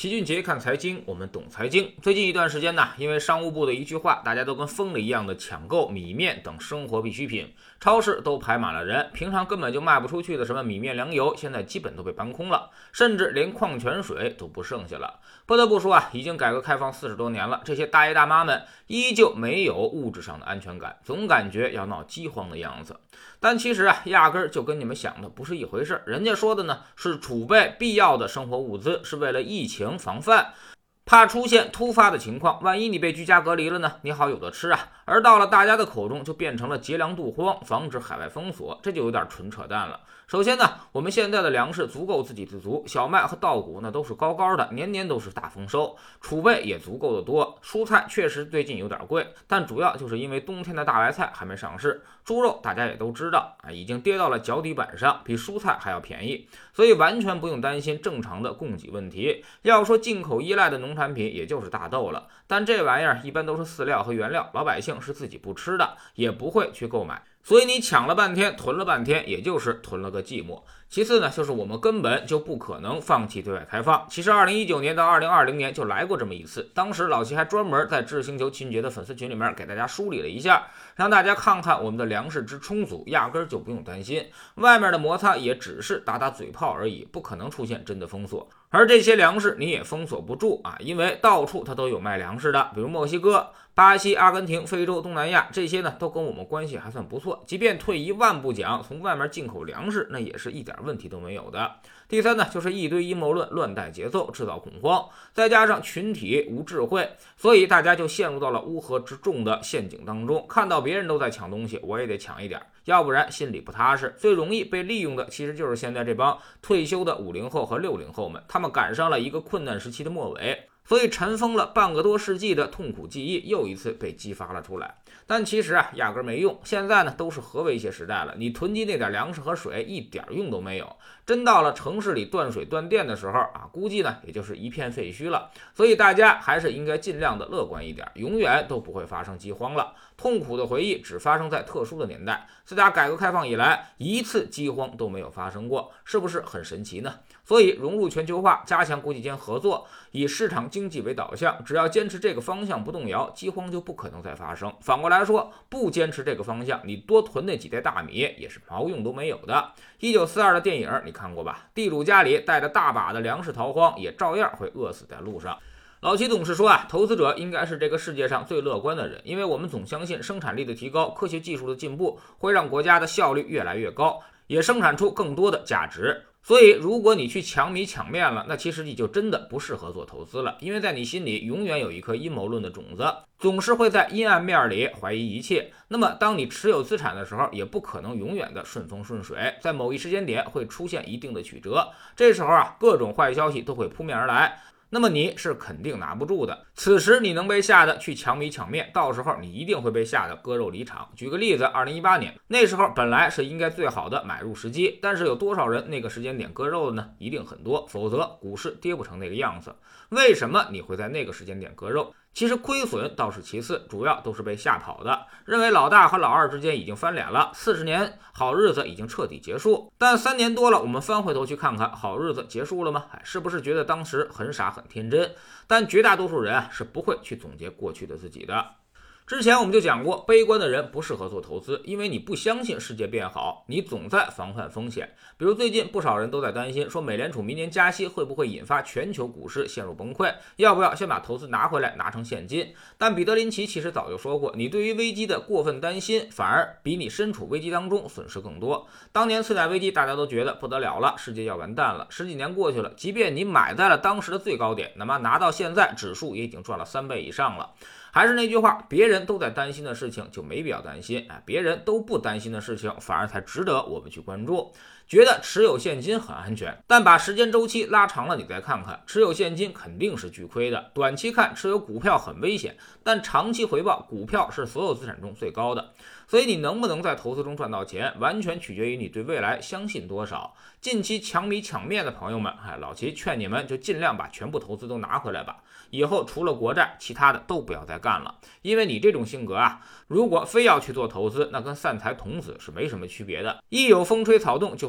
齐俊杰看财经，我们懂财经。最近一段时间呢，因为商务部的一句话，大家都跟疯了一样的抢购米面等生活必需品，超市都排满了人，平常根本就卖不出去的什么米面粮油，现在基本都被搬空了，甚至连矿泉水都不剩下了。不得不说啊，已经改革开放40多年了，这些大爷大妈们依旧没有物质上的安全感，总感觉要闹饥荒的样子。但其实啊，压根儿就跟你们想的不是一回事，人家说的呢是储备必要的生活物资，是为了疫情防范，怕出现突发的情况，万一你被居家隔离了呢，你好有的吃啊。而到了大家的口中，就变成了节粮度荒，防止海外封锁，这就有点纯扯淡了。首先呢，我们现在的粮食足够自给自足，小麦和稻谷呢都是高高的，年年都是大丰收，储备也足够的多。蔬菜确实最近有点贵，但主要就是因为冬天的大白菜还没上市，猪肉大家也都知道啊，已经跌到了脚底板上，比蔬菜还要便宜，所以完全不用担心正常的供给问题。要说进口依赖的农产品，也就是大豆了，但这玩意儿一般都是饲料和原料，老百姓是自己不吃的，也不会去购买。所以你抢了半天，囤了半天，也就是囤了个寂寞。其次呢，就是我们根本就不可能放弃对外开放。其实2019年到2020年就来过这么一次，当时老齐还专门在智星球秦爵的粉丝群里面给大家梳理了一下，让大家看看我们的粮食之充足，压根就不用担心，外面的摩擦也只是打打嘴炮而已，不可能出现真的封锁。而这些粮食你也封锁不住啊，因为到处它都有卖粮食的，比如墨西哥、巴西、阿根廷、非洲、东南亚，这些呢都跟我们关系还算不错，即便退一万步讲，从外面进口粮食那也是一点问题都没有的。第三呢，就是一堆阴谋论乱带节奏，制造恐慌，再加上群体无智慧，所以大家就陷入到了乌合之众的陷阱当中，看到别人都在抢东西，我也得抢一点，要不然心里不踏实。最容易被利用的其实就是现在这帮退休的50后和60后们，他们赶上了一个困难时期的末尾，所以尘封了半个多世纪的痛苦记忆又一次被激发了出来。但其实啊，压根没用。现在呢，都是核威胁时代了，你囤积那点粮食和水一点用都没有。真到了城市里断水断电的时候啊，估计呢也就是一片废墟了。所以大家还是应该尽量的乐观一点，永远都不会发生饥荒了。痛苦的回忆只发生在特殊的年代，自打改革开放以来，一次饥荒都没有发生过，是不是很神奇呢？所以融入全球化，加强国际间合作，以市场经济为导向，只要坚持这个方向不动摇，饥荒就不可能再发生。反过来说，不坚持这个方向，你多囤那几袋大米也是毛用都没有的。1942的电影你看过吧？地主家里带着大把的粮食逃荒，也照样会饿死在路上。老齐总是说啊，投资者应该是这个世界上最乐观的人，因为我们总相信生产力的提高、科学技术的进步会让国家的效率越来越高，也生产出更多的价值。所以如果你去抢米抢面了，那其实你就真的不适合做投资了，因为在你心里永远有一颗阴谋论的种子，总是会在阴暗面里怀疑一切。那么当你持有资产的时候，也不可能永远的顺风顺水，在某一时间点会出现一定的曲折，这时候啊，各种坏消息都会扑面而来，那么你是肯定拿不住的。此时你能被吓得去抢米抢面，到时候你一定会被吓得割肉离场。举个例子，2018年那时候本来是应该最好的买入时机，但是有多少人那个时间点割肉的呢？一定很多，否则股市跌不成那个样子。为什么你会在那个时间点割肉？其实亏损倒是其次，主要都是被吓跑的，认为老大和老二之间已经翻脸了，40年好日子已经彻底结束。但3年多了，我们翻回头去看看，好日子结束了吗？是不是觉得当时很傻很天真？但绝大多数人是不会去总结过去的自己的。之前我们就讲过，悲观的人不适合做投资，因为你不相信世界变好，你总在防范风险。比如最近不少人都在担心，说美联储明年加息会不会引发全球股市陷入崩溃，要不要先把投资拿回来，拿成现金？但彼得林奇其实早就说过，你对于危机的过分担心，反而比你身处危机当中损失更多。当年次贷危机大家都觉得不得了了，世界要完蛋了，10几年过去了，即便你买在了当时的最高点，那么拿到现在指数也已经赚了3倍以上了。还是那句话，别人都在担心的事情就没必要担心，别人都不担心的事情反而才值得我们去关注。觉得持有现金很安全，但把时间周期拉长了，你再看看，持有现金肯定是巨亏的。短期看持有股票很危险，但长期回报股票是所有资产中最高的。所以你能不能在投资中赚到钱，完全取决于你对未来相信多少。近期抢米抢面的朋友们，老齐劝你们就尽量把全部投资都拿回来吧，以后除了国债，其他的都不要再干了。因为你这种性格啊，如果非要去做投资，那跟散财童子是没什么区别的。一有风吹草动就会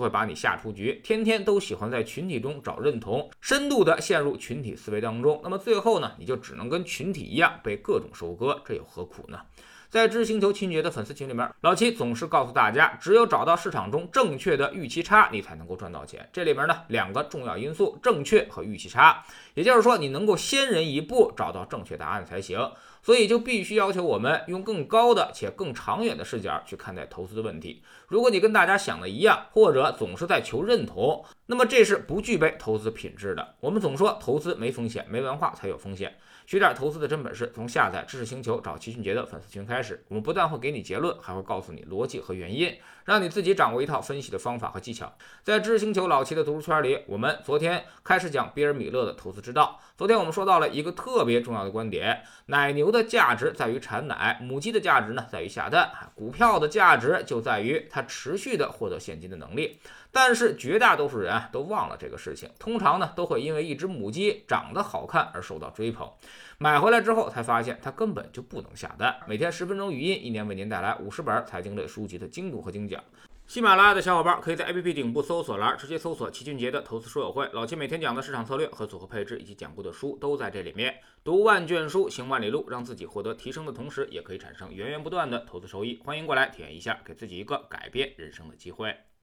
会把你吓出局，天天都喜欢在群体中找认同，深度的陷入群体思维当中，那么最后呢，你就只能跟群体一样被各种收割，这有何苦呢？在知识星球亲爵的粉丝群里面，老七总是告诉大家，只有找到市场中正确的预期差，你才能够赚到钱。这里面呢2个重要因素，正确和预期差，也就是说你能够先人一步找到正确答案才行。所以就必须要求我们用更高的且更长远的视角去看待投资的问题。如果你跟大家想的一样，或者总是在求认同，那么这是不具备投资品质的。我们总说投资没风险，没文化才有风险。学点投资的真本事，从下载知识星球找齐俊杰的粉丝群开始。我们不但会给你结论，还会告诉你逻辑和原因，让你自己掌握一套分析的方法和技巧。在知识星球老齐的读书圈里，我们昨天开始讲比尔·米勒的投资之道。昨天我们说到了一个特别重要的观点，奶牛的价值在于产奶，母鸡的价值呢在于下蛋，股票的价值就在于它持续的获得现金的能力。但是绝大多数人都忘了这个事情，通常呢都会因为一只母鸡长得好看而受到追捧，买回来之后才发现它根本就不能下蛋。每天10分钟语音，一年为您带来50本财经类书籍的精读和精讲。喜马拉雅的小伙伴可以在 APP 顶部搜索栏直接搜索齐俊杰的投资书友会，老齐每天讲的市场策略和组合配置以及讲过的书都在这里面。读万卷书，行万里路，让自己获得提升的同时，也可以产生源源不断的投资收益。欢迎过来体验一下，给自己一个改变人生的机会。